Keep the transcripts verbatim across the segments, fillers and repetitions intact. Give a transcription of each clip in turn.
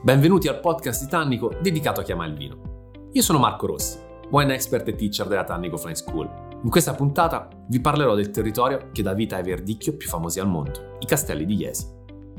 Benvenuti al podcast di Tannico dedicato a chi ama il vino. Io sono Marco Rossi, wine expert e teacher della Tannico Flying School. In questa puntata vi parlerò del territorio che dà vita ai verdicchio più famosi al mondo, i Castelli di Jesi.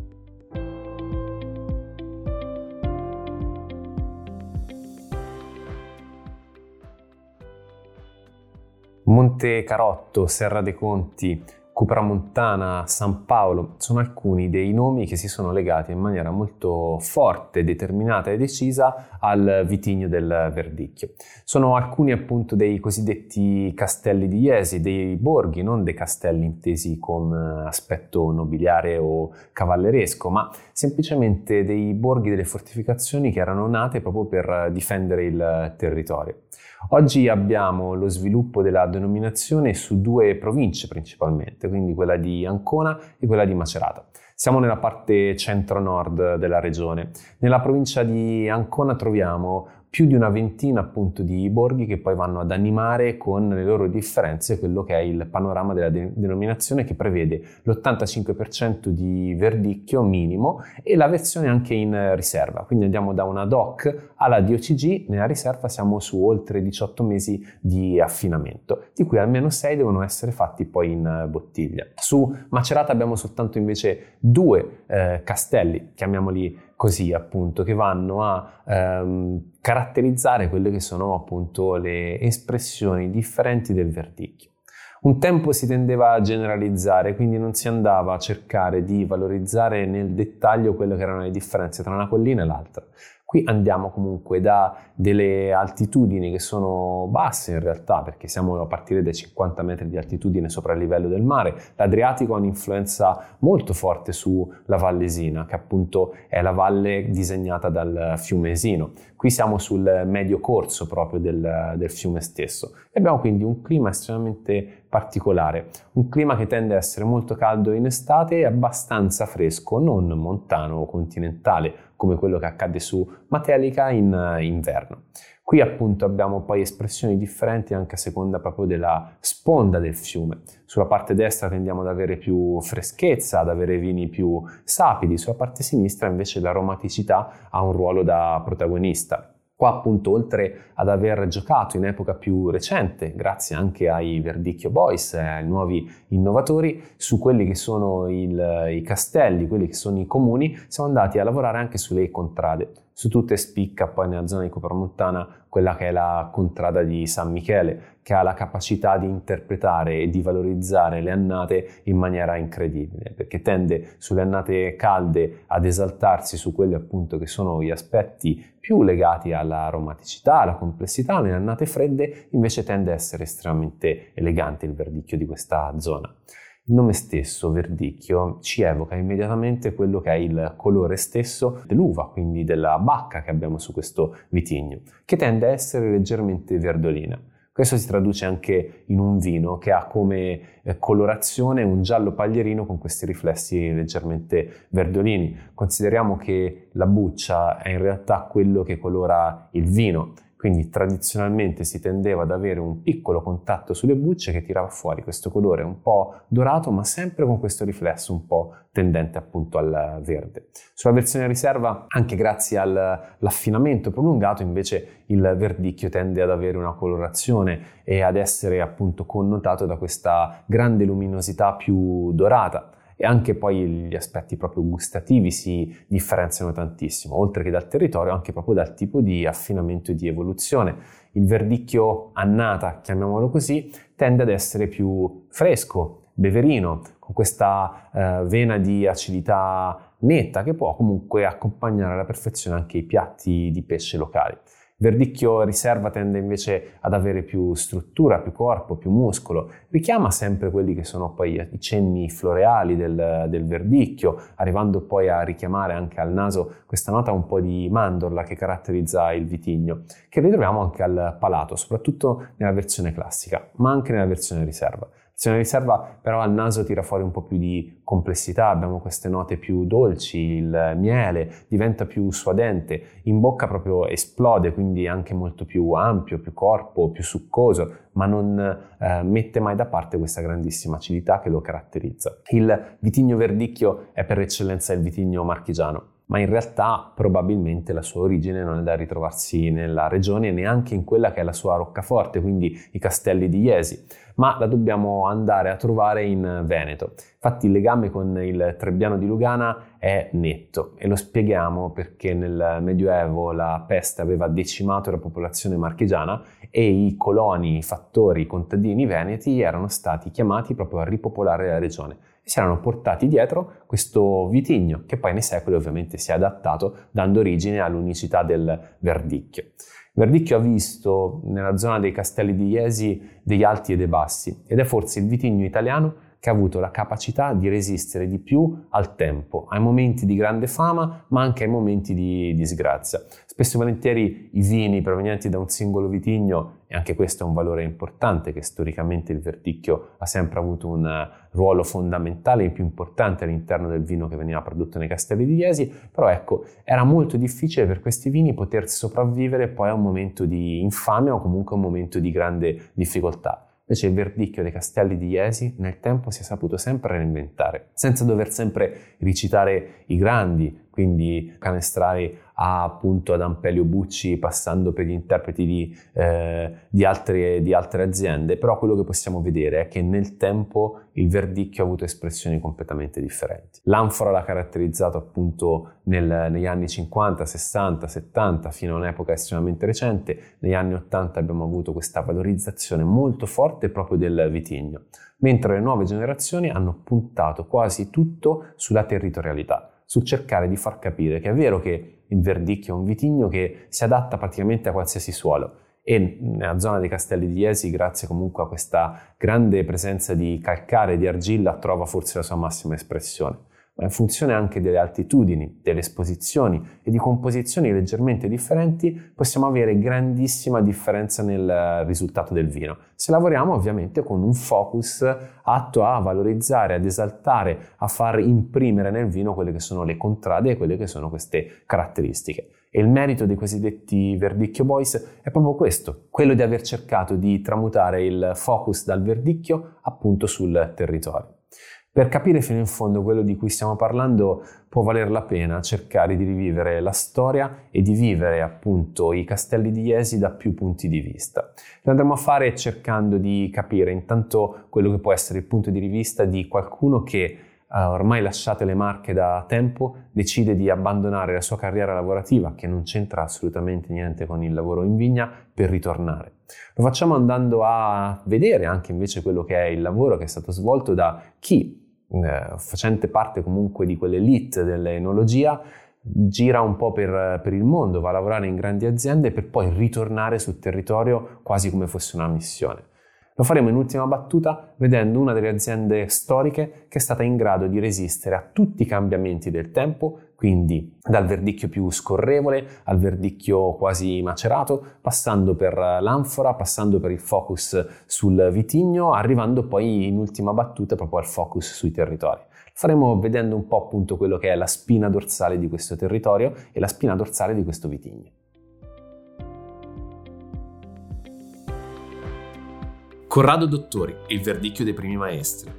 Monte Carotto, Serra dei Conti, Cupramontana, San Paolo sono alcuni dei nomi che si sono legati in maniera molto forte, determinata e decisa al vitigno del Verdicchio. Sono alcuni appunto dei cosiddetti castelli di Jesi, dei borghi, non dei castelli intesi con aspetto nobiliare o cavalleresco, ma semplicemente dei borghi, delle fortificazioni che erano nate proprio per difendere il territorio. Oggi abbiamo lo sviluppo della denominazione su due province principalmente, quindi quella di Ancona e quella di Macerata. Siamo nella parte centro-nord della regione. Nella provincia di Ancona troviamo più di una ventina appunto di borghi che poi vanno ad animare con le loro differenze quello che è il panorama della de- denominazione, che prevede l'ottantacinque per cento di verdicchio minimo e la versione anche in riserva. Quindi andiamo da una D O C alla D O C G, nella riserva siamo su oltre diciotto mesi di affinamento, di cui almeno sei devono essere fatti poi in bottiglia. Su Macerata abbiamo soltanto invece due eh, castelli, chiamiamoli così appunto, che vanno a ehm, caratterizzare quelle che sono appunto le espressioni differenti del verdicchio. Un tempo si tendeva a generalizzare, quindi non si andava a cercare di valorizzare nel dettaglio quelle che erano le differenze tra una collina e l'altra. Qui andiamo comunque da delle altitudini che sono basse in realtà, perché siamo a partire dai cinquanta metri di altitudine sopra il livello del mare. L'Adriatico ha un'influenza molto forte sulla Vallesina, che appunto è la valle disegnata dal fiume Esino. Qui siamo sul medio corso proprio del, del fiume stesso e abbiamo quindi un clima estremamente particolare, un clima che tende a essere molto caldo in estate e abbastanza fresco, non montano o continentale come quello che accade su Matelica in inverno. Qui appunto abbiamo poi espressioni differenti anche a seconda proprio della sponda del fiume. Sulla parte destra tendiamo ad avere più freschezza, ad avere vini più sapidi, sulla parte sinistra invece l'aromaticità ha un ruolo da protagonista. Qua appunto, oltre ad aver giocato in epoca più recente, grazie anche ai Verdicchio Boys, eh, ai nuovi innovatori, su quelli che sono il, i castelli, quelli che sono i comuni, siamo andati a lavorare anche sulle contrade. Su tutte spicca poi nella zona di Cupramontana quella che è la contrada di San Michele, che ha la capacità di interpretare e di valorizzare le annate in maniera incredibile, perché tende sulle annate calde ad esaltarsi su quelli appunto che sono gli aspetti più legati all'aromaticità, alla complessità. Nelle annate fredde invece tende a essere estremamente elegante il verdicchio di questa zona. Il nome stesso, verdicchio, ci evoca immediatamente quello che è il colore stesso dell'uva, quindi della bacca che abbiamo su questo vitigno, che tende a essere leggermente verdolina. Questo si traduce anche in un vino che ha come eh, colorazione un giallo paglierino con questi riflessi leggermente verdolini. Consideriamo che la buccia è in realtà quello che colora il vino. Quindi tradizionalmente si tendeva ad avere un piccolo contatto sulle bucce che tirava fuori questo colore un po' dorato, ma sempre con questo riflesso un po' tendente appunto al verde. Sulla versione riserva, anche grazie all'affinamento prolungato, invece il verdicchio tende ad avere una colorazione e ad essere appunto connotato da questa grande luminosità più dorata. E anche poi gli aspetti proprio gustativi si differenziano tantissimo, oltre che dal territorio, anche proprio dal tipo di affinamento e di evoluzione. Il verdicchio annata, chiamiamolo così, tende ad essere più fresco, beverino, con questa eh, vena di acidità netta che può comunque accompagnare alla perfezione anche i piatti di pesce locali. Verdicchio riserva tende invece ad avere più struttura, più corpo, più muscolo, richiama sempre quelli che sono poi i cenni floreali del, del verdicchio, arrivando poi a richiamare anche al naso questa nota un po' di mandorla che caratterizza il vitigno, che ritroviamo anche al palato, soprattutto nella versione classica, ma anche nella versione riserva. La versione riserva però al naso tira fuori un po' più di complessità, abbiamo queste note più dolci, il miele diventa più suadente, in bocca proprio esplode, quindi anche molto più ampio, più corpo, più succoso, ma non eh, mette mai da parte questa grandissima acidità che lo caratterizza. Il vitigno verdicchio è per eccellenza il vitigno marchigiano. ma in realtà probabilmente la sua origine non è da ritrovarsi nella regione, neanche in quella che è la sua roccaforte, quindi i Castelli di Jesi, ma la dobbiamo andare a trovare in Veneto. Infatti il legame con il Trebbiano di Lugana è netto e lo spieghiamo perché nel Medioevo la peste aveva decimato la popolazione marchigiana e i coloni, i fattori, i contadini veneti erano stati chiamati proprio a ripopolare la regione e si erano portati dietro questo vitigno che poi nei secoli ovviamente si è adattato dando origine all'unicità del Verdicchio. Il Verdicchio ha visto nella zona dei Castelli di Jesi degli alti e dei bassi ed è forse il vitigno italiano che ha avuto la capacità di resistere di più al tempo, ai momenti di grande fama ma anche ai momenti di disgrazia. Spesso e volentieri i vini provenienti da un singolo vitigno, e anche questo è un valore importante che storicamente il Verdicchio ha sempre avuto un ruolo fondamentale e più importante all'interno del vino che veniva prodotto nei Castelli di Jesi, però ecco, era molto difficile per questi vini poter sopravvivere poi a un momento di infamia o comunque a un momento di grande difficoltà. Invece il Verdicchio dei Castelli di Jesi nel tempo si è saputo sempre reinventare, senza dover sempre recitare i grandi, quindi canestrare a, appunto ad Ampelio Bucci passando per gli interpreti di, eh, di, altre, di altre aziende, però quello che possiamo vedere è che nel tempo il Verdicchio ha avuto espressioni completamente differenti. L'anfora l'ha caratterizzato appunto nel, negli anni cinquanta, sessanta, settanta fino a un'epoca estremamente recente. Negli anni ottanta abbiamo avuto questa valorizzazione molto forte proprio del vitigno, mentre le nuove generazioni hanno puntato quasi tutto sulla territorialità, su cercare di far capire che è vero che il Verdicchio è un vitigno che si adatta praticamente a qualsiasi suolo e nella zona dei Castelli di Jesi, grazie comunque a questa grande presenza di calcare e di argilla, trova forse la sua massima espressione. Ma in funzione anche delle altitudini, delle esposizioni e di composizioni leggermente differenti possiamo avere grandissima differenza nel risultato del vino. Se lavoriamo ovviamente con un focus atto a valorizzare, ad esaltare, a far imprimere nel vino quelle che sono le contrade e quelle che sono queste caratteristiche. E il merito dei cosiddetti Verdicchio Boys è proprio questo, quello di aver cercato di tramutare il focus dal verdicchio appunto sul territorio. Per capire fino in fondo quello di cui stiamo parlando può valer la pena cercare di rivivere la storia e di vivere appunto i Castelli di Jesi da più punti di vista. Lo andremo a fare cercando di capire intanto quello che può essere il punto di vista di qualcuno che Uh, ormai lasciate le Marche da tempo, decide di abbandonare la sua carriera lavorativa, che non c'entra assolutamente niente con il lavoro in vigna, per ritornare. Lo facciamo andando a vedere anche invece quello che è il lavoro che è stato svolto da chi, eh, facente parte comunque di quell'elite dell'enologia, gira un po' per, per il mondo, va a lavorare in grandi aziende per poi ritornare sul territorio quasi come fosse una missione. Lo faremo in ultima battuta vedendo una delle aziende storiche che è stata in grado di resistere a tutti i cambiamenti del tempo, quindi dal verdicchio più scorrevole al verdicchio quasi macerato, passando per l'anfora, passando per il focus sul vitigno, arrivando poi in ultima battuta proprio al focus sui territori. Faremo vedendo un po' appunto quello che è la spina dorsale di questo territorio e la spina dorsale di questo vitigno. Corrado Dottori, il verdicchio dei primi maestri.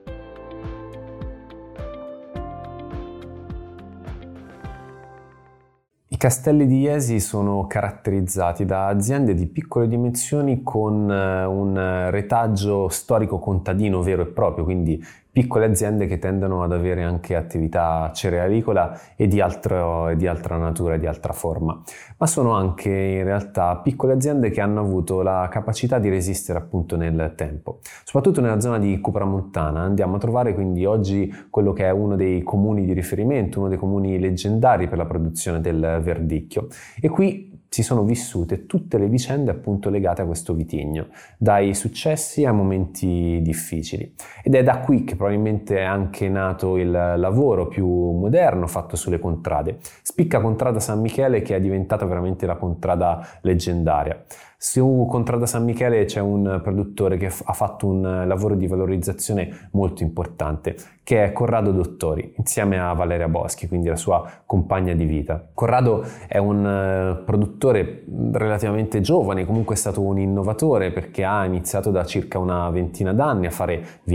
I Castelli di Jesi sono caratterizzati da aziende di piccole dimensioni con un retaggio storico contadino vero e proprio, quindi piccole aziende che tendono ad avere anche attività cerealicola e di, altro, di altra natura e di altra forma, ma sono anche in realtà piccole aziende che hanno avuto la capacità di resistere appunto nel tempo. Soprattutto nella zona di Cupramontana andiamo a trovare quindi oggi quello che è uno dei comuni di riferimento, uno dei comuni leggendari per la produzione del verdicchio, e qui si sono vissute tutte le vicende appunto legate a questo vitigno, dai successi a momenti difficili, ed è da qui che probabilmente è anche nato il lavoro più moderno fatto sulle contrade. Spicca Contrada San Michele, che è diventata veramente la contrada leggendaria. Su Contrada San Michele c'è un produttore che ha fatto un lavoro di valorizzazione molto importante, che è Corrado Dottori, insieme a Valeria Boschi, quindi la sua compagna di vita. Corrado è un produttore relativamente giovane, comunque è stato un innovatore perché ha iniziato da circa una ventina d'anni a fare vino.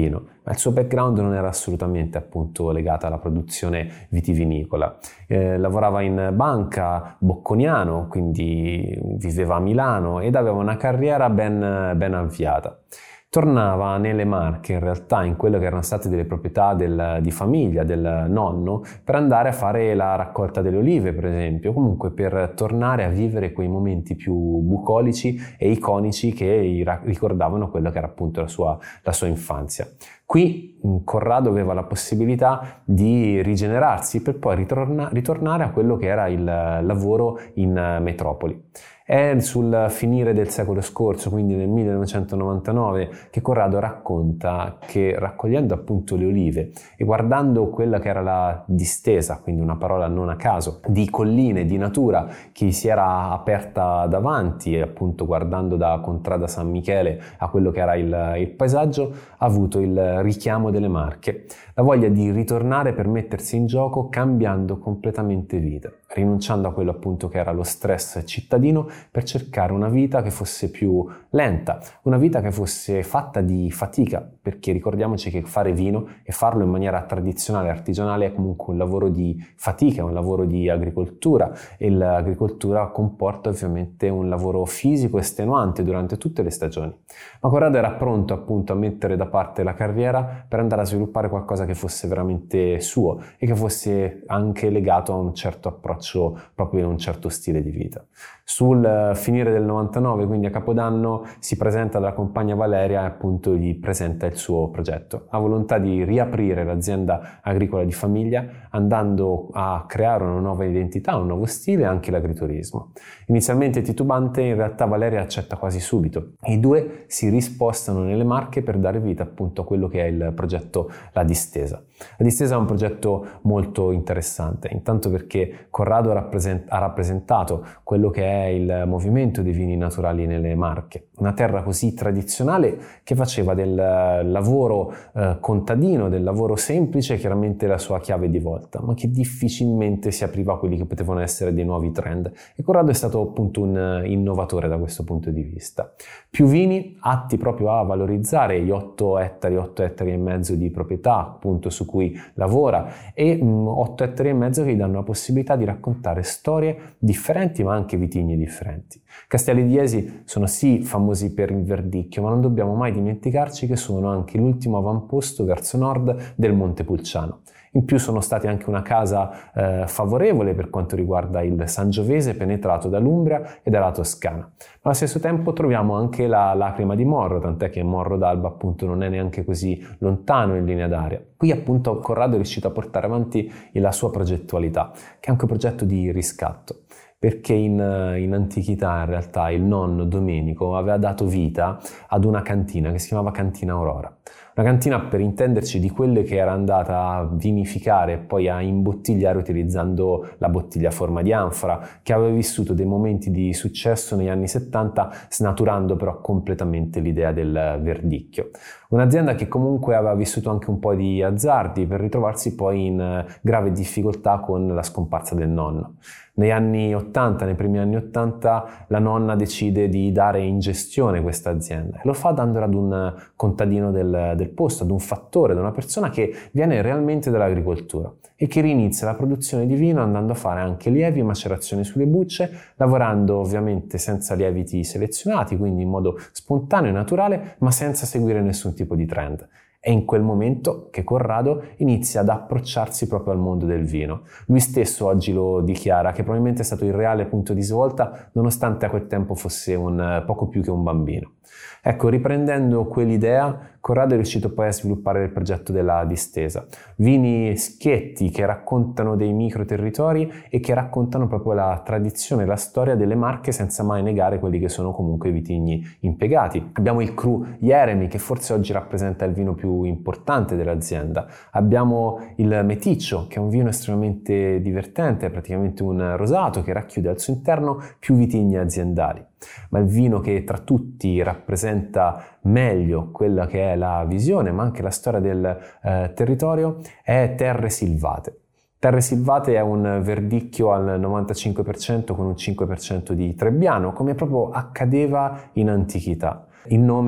ma il suo background non era assolutamente appunto legato alla produzione vitivinicola. Eh, lavorava in banca, bocconiano, quindi viveva a Milano ed aveva una carriera ben, ben avviata. Tornava nelle Marche, in realtà in quelle che erano state delle proprietà del, di famiglia, del nonno, per andare a fare la raccolta delle olive, per esempio, comunque per tornare a vivere quei momenti più bucolici e iconici che ricordavano quello che era appunto la sua, la sua infanzia. Qui Corrado aveva la possibilità di rigenerarsi per poi ritorna, ritornare a quello che era il lavoro in metropoli. È sul finire del secolo scorso, quindi nel millenovecentonovantanove, che Corrado racconta che raccogliendo appunto le olive e guardando quella che era la distesa, quindi una parola non a caso, di colline, di natura che si era aperta davanti e appunto guardando da Contrada San Michele a quello che era il, il paesaggio, ha avuto il richiamo delle Marche, la voglia di ritornare per mettersi in gioco cambiando completamente vita, rinunciando a quello appunto che era lo stress cittadino per cercare una vita che fosse più lenta, una vita che fosse fatta di fatica, perché ricordiamoci che fare vino e farlo in maniera tradizionale e artigianale è comunque un lavoro di fatica, un lavoro di agricoltura e l'agricoltura comporta ovviamente un lavoro fisico estenuante durante tutte le stagioni. Ma Corrado era pronto appunto a mettere da parte la carriera per andare a sviluppare qualcosa che fosse veramente suo e che fosse anche legato a un certo approccio proprio in un certo stile di vita. Sul finire del novantanove, quindi a Capodanno, si presenta dalla compagna Valeria e appunto gli presenta il suo progetto. Ha volontà di riaprire l'azienda agricola di famiglia andando a creare una nuova identità, un nuovo stile e anche l'agriturismo. Inizialmente titubante, in realtà Valeria accetta quasi subito. I due si rispostano nelle Marche per dare vita appunto a quello che è il progetto La Distesa. La Distesa è un progetto molto interessante, intanto perché Corrado rappresent- ha rappresentato quello che è il movimento dei vini naturali nelle Marche, una terra così tradizionale che faceva del lavoro eh, contadino, del lavoro semplice, chiaramente la sua chiave di volta, ma che difficilmente si apriva a quelli che potevano essere dei nuovi trend. E Corrado è stato appunto un innovatore da questo punto di vista. Più vini atti proprio a valorizzare gli otto ettari, otto ettari e mezzo di proprietà appunto su cui lavora e mh, otto ettari e mezzo che gli danno la possibilità di raccontare storie differenti ma anche vitigni differenti. Castelli di Jesi sono sì famosi per il verdicchio, ma non dobbiamo mai dimenticarci che sono anche l'ultimo avamposto verso nord del Montepulciano. In più sono stati anche una casa eh, favorevole per quanto riguarda il Sangiovese penetrato dall'Umbria e dalla Toscana. Ma allo stesso tempo troviamo anche la lacrima di Morro, tant'è che Morro d'Alba appunto non è neanche così lontano in linea d'aria. Qui appunto Corrado è riuscito a portare avanti la sua progettualità, che è anche un progetto di riscatto. Perché in, in antichità in realtà il nonno Domenico aveva dato vita ad una cantina che si chiamava Cantina Aurora. Una cantina, per intenderci, di quelle che era andata a vinificare e poi a imbottigliare utilizzando la bottiglia a forma di anfora, che aveva vissuto dei momenti di successo negli anni settanta, snaturando però completamente l'idea del verdicchio. Un'azienda che comunque aveva vissuto anche un po' di azzardi per ritrovarsi poi in grave difficoltà con la scomparsa del nonno. Negli anni ottanta, nei primi anni ottanta, la nonna decide di dare in gestione questa azienda e lo fa dandola ad un contadino del, del posto, ad un fattore, ad una persona che viene realmente dall'agricoltura e che rinizia la produzione di vino andando a fare anche lievi e macerazioni sulle bucce, lavorando ovviamente senza lieviti selezionati, quindi in modo spontaneo e naturale, ma senza seguire nessun tipo di trend. È in quel momento che Corrado inizia ad approcciarsi proprio al mondo del vino. Lui stesso oggi lo dichiara che probabilmente è stato il reale punto di svolta, nonostante a quel tempo fosse un poco più che un bambino. Ecco, riprendendo quell'idea, Corrado è riuscito poi a sviluppare il progetto della Distesa. Vini schietti che raccontano dei micro territori e che raccontano proprio la tradizione e la storia delle Marche senza mai negare quelli che sono comunque i vitigni impiegati. Abbiamo il Cru Jeremy che forse oggi rappresenta il vino più importante dell'azienda. Abbiamo il Meticcio che è un vino estremamente divertente, è praticamente un rosato che racchiude al suo interno più vitigni aziendali. Ma il vino che tra tutti rappresenta meglio quella che è la visione ma anche la storia del eh, territorio è Terre Silvate. Terre Silvate è un verdicchio al novantacinque per cento con un cinque per cento di Trebbiano, come proprio accadeva in antichità. Il nome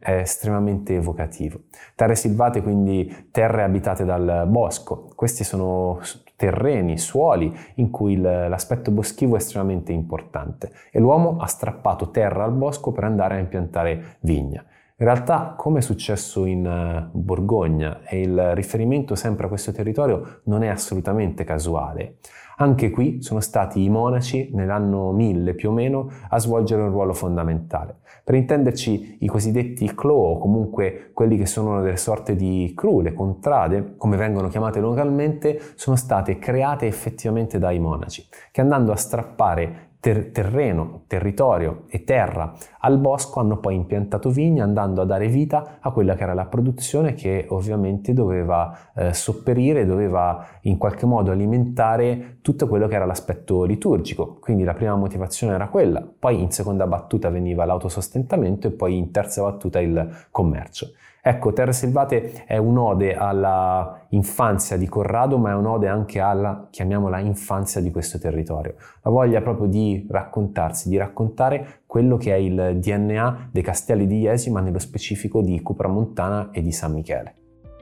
è estremamente evocativo. Terre selvate, quindi terre abitate dal bosco. Questi sono terreni, suoli in cui l'aspetto boschivo è estremamente importante e l'uomo ha strappato terra al bosco per andare a impiantare vigna. In realtà, come è successo in Borgogna, e il riferimento sempre a questo territorio non è assolutamente casuale. Anche qui sono stati i monaci, nell'anno mille più o meno, a svolgere un ruolo fondamentale. Per intenderci, i cosiddetti clou, o comunque quelli che sono delle sorte di cru, le contrade, come vengono chiamate localmente, sono state create effettivamente dai monaci, che andando a strappare Ter- terreno, territorio e terra al bosco hanno poi impiantato vigna, andando a dare vita a quella che era la produzione, che ovviamente doveva eh, sopperire, doveva in qualche modo alimentare tutto quello che era l'aspetto liturgico. Quindi la prima motivazione era quella, poi in seconda battuta veniva l'autosostentamento e poi in terza battuta il commercio. Ecco, Terre Selvate è un'ode alla infanzia di Corrado, ma è un'ode anche alla, chiamiamola, infanzia di questo territorio. La voglia proprio di raccontarsi, di raccontare quello che è il D N A dei Castelli di Jesi, ma nello specifico di Cupramontana e di San Michele.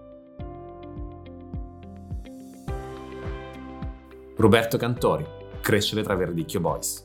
Roberto Cantori, Crescere tra Verdicchio Boys.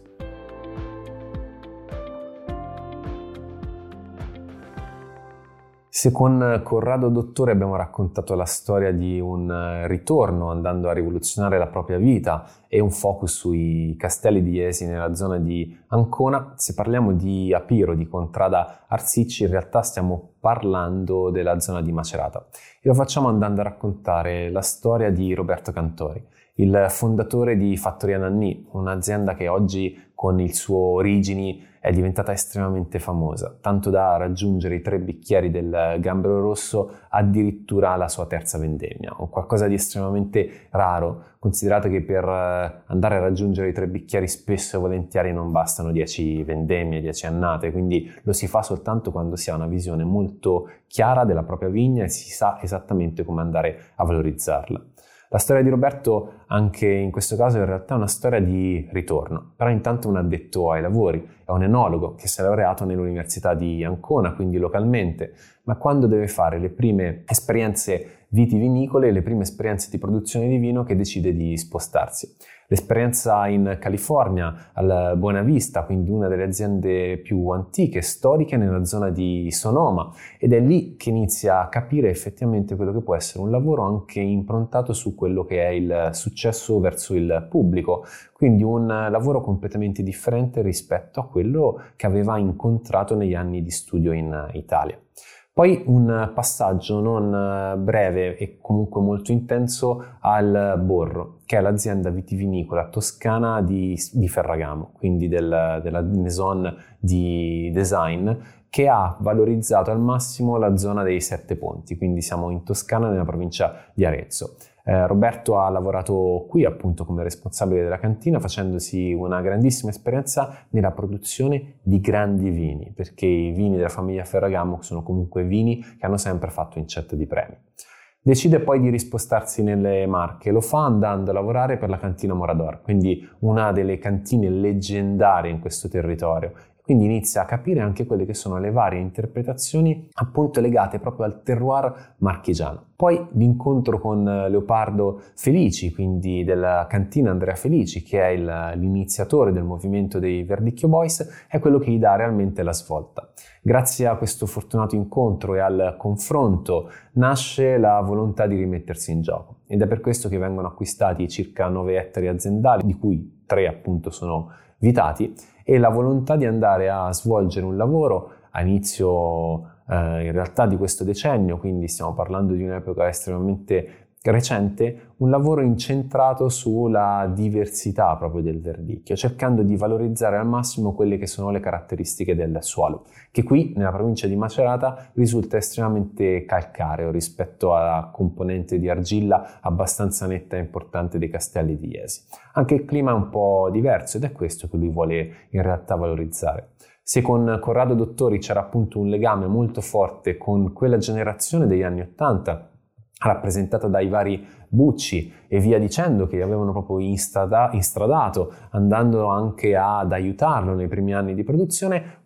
Se con Corrado Dottore abbiamo raccontato la storia di un ritorno andando a rivoluzionare la propria vita e un focus sui Castelli di Jesi nella zona di Ancona, se parliamo di Apiro, di Contrada Arsicci, in realtà stiamo parlando della zona di Macerata. E lo facciamo andando a raccontare la storia di Roberto Cantori, il fondatore di Fattoria Nannì, un'azienda che oggi con il suo origini è diventata estremamente famosa, tanto da raggiungere i tre bicchieri del Gambero Rosso addirittura alla sua terza vendemmia, un qualcosa di estremamente raro, considerato che per andare a raggiungere i tre bicchieri spesso e volentieri non bastano dieci vendemmie, dieci annate, quindi lo si fa soltanto quando si ha una visione molto chiara della propria vigna e si sa esattamente come andare a valorizzarla. La storia di Roberto anche in questo caso in realtà è una storia di ritorno, però intanto è un addetto ai lavori, è un enologo che si è laureato nell'Università di Ancona, quindi localmente, ma quando deve fare le prime esperienze vitivinicole, le prime esperienze di produzione di vino, che decide di spostarsi. L'esperienza in California, al Buena Vista, quindi una delle aziende più antiche, storiche nella zona di Sonoma, ed è lì che inizia a capire effettivamente quello che può essere un lavoro anche improntato su quello che è il successo verso il pubblico, quindi un lavoro completamente differente rispetto a quello che aveva incontrato negli anni di studio in Italia. Poi un passaggio non breve e comunque molto intenso al Borro, che è l'azienda vitivinicola toscana di, di Ferragamo, quindi del, della maison di design, che ha valorizzato al massimo la zona dei Sette Ponti, quindi siamo in Toscana, nella provincia di Arezzo. Eh, Roberto ha lavorato qui appunto come responsabile della cantina, facendosi una grandissima esperienza nella produzione di grandi vini, perché i vini della famiglia Ferragamo sono comunque vini che hanno sempre fatto incetta di premi. Decide poi di rispostarsi nelle Marche, lo fa andando a lavorare per la cantina Morador, quindi una delle cantine leggendarie in questo territorio. Quindi inizia a capire anche quelle che sono le varie interpretazioni appunto legate proprio al terroir marchigiano. Poi l'incontro con Leopardo Felici, quindi della cantina Andrea Felici, che è il, l'iniziatore del movimento dei Verdicchio Boys, è quello che gli dà realmente la svolta. Grazie a questo fortunato incontro e al confronto nasce la volontà di rimettersi in gioco ed è per questo che vengono acquistati circa nove ettari aziendali, di cui tre appunto sono vitati, e la volontà di andare a svolgere un lavoro a inizio eh, in realtà di questo decennio, quindi stiamo parlando di un'epoca estremamente recente, un lavoro incentrato sulla diversità proprio del verdicchio, cercando di valorizzare al massimo quelle che sono le caratteristiche del suolo, che qui nella provincia di Macerata risulta estremamente calcareo rispetto alla componente di argilla abbastanza netta e importante dei Castelli di Jesi. Anche il clima è un po' diverso ed è questo che lui vuole in realtà valorizzare. Se con Corrado Dottori c'era appunto un legame molto forte con quella generazione degli anni Ottanta, rappresentata dai vari Bucci e via dicendo, che avevano proprio instrada- instradato, andando anche ad aiutarlo nei primi anni di produzione,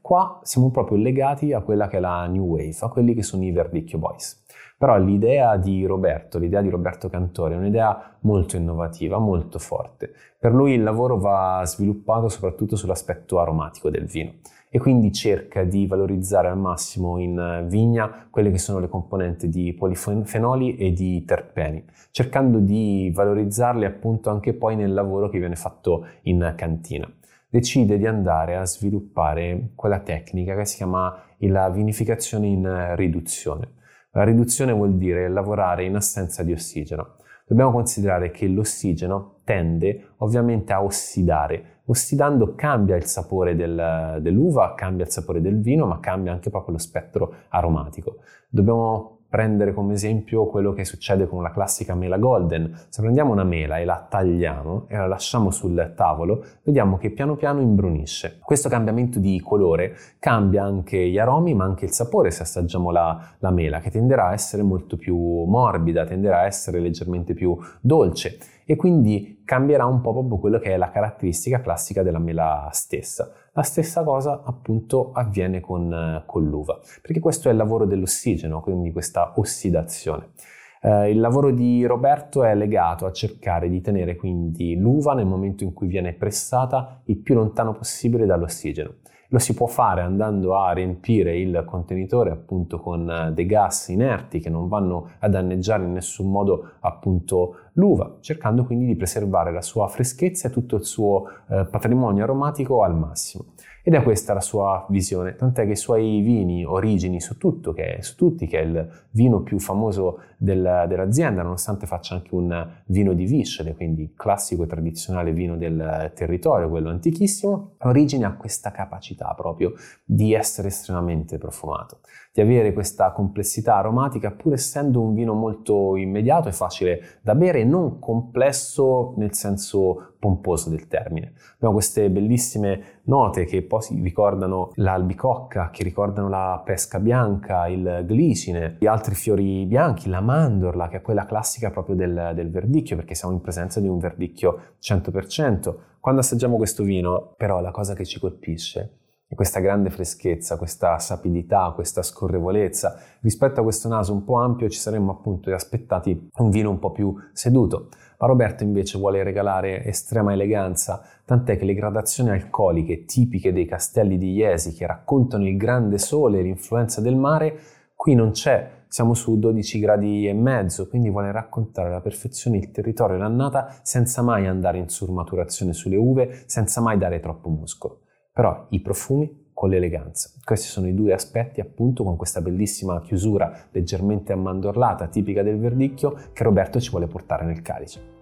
Qua siamo proprio legati a quella che è la New Wave, a quelli che sono i Verdicchio Boys. Però l'idea di Roberto, l'idea di Roberto Cantore è un'idea molto innovativa, molto forte. Per lui il lavoro va sviluppato soprattutto sull'aspetto aromatico del vino e quindi cerca di valorizzare al massimo in vigna quelle che sono le componenti di polifenoli e di terpeni, cercando di valorizzarle appunto anche poi nel lavoro che viene fatto in cantina. Decide di andare a sviluppare quella tecnica che si chiama la vinificazione in riduzione. La riduzione vuol dire lavorare in assenza di ossigeno. Dobbiamo considerare che l'ossigeno tende ovviamente a ossidare. Ossidando cambia il sapore del, dell'uva, cambia il sapore del vino, ma cambia anche proprio lo spettro aromatico. Dobbiamo prendere come esempio quello che succede con la classica mela golden. Se prendiamo una mela e la tagliamo e la lasciamo sul tavolo, vediamo che piano piano imbrunisce. Questo cambiamento di colore cambia anche gli aromi, ma anche il sapore se assaggiamo la, la mela, che tenderà a essere molto più morbida, tenderà a essere leggermente più dolce e quindi cambierà un po' proprio quello che è la caratteristica classica della mela stessa. La stessa cosa appunto avviene con, con l'uva, perché questo è il lavoro dell'ossigeno, quindi questa ossidazione. Eh, il lavoro di Roberto è legato a cercare di tenere quindi l'uva nel momento in cui viene pressata il più lontano possibile dall'ossigeno. Lo si può fare andando a riempire il contenitore appunto con dei gas inerti che non vanno a danneggiare in nessun modo appunto l'uva, cercando quindi di preservare la sua freschezza e tutto il suo eh, patrimonio aromatico al massimo. Ed è questa la sua visione, tant'è che i suoi vini origini su, tutto, che è, su tutti, che è il vino più famoso del, dell'azienda, nonostante faccia anche un vino di viscere, quindi il classico e tradizionale vino del territorio, quello antichissimo, origine ha questa capacità proprio di essere estremamente profumato, di avere questa complessità aromatica pur essendo un vino molto immediato e facile da bere, non complesso nel senso pomposo del termine. Abbiamo queste bellissime note che poi si ricordano l'albicocca, che ricordano la pesca bianca, il glicine, gli altri fiori bianchi, la mandorla, che è quella classica proprio del, del verdicchio, perché siamo in presenza di un verdicchio cento per cento. Quando assaggiamo questo vino, però, la cosa che ci colpisce è questa grande freschezza, questa sapidità, questa scorrevolezza. Rispetto a questo naso un po' ampio ci saremmo appunto aspettati un vino un po' più seduto, ma Roberto invece vuole regalare estrema eleganza, tant'è che le gradazioni alcoliche tipiche dei castelli di Jesi che raccontano il grande sole e l'influenza del mare, qui non c'è, siamo su dodici gradi e mezzo, quindi vuole raccontare alla perfezione il territorio e l'annata senza mai andare in surmaturazione sulle uve, senza mai dare troppo muscolo. Però i profumi con l'eleganza. Questi sono i due aspetti appunto con questa bellissima chiusura leggermente ammandorlata tipica del verdicchio che Roberto ci vuole portare nel calice.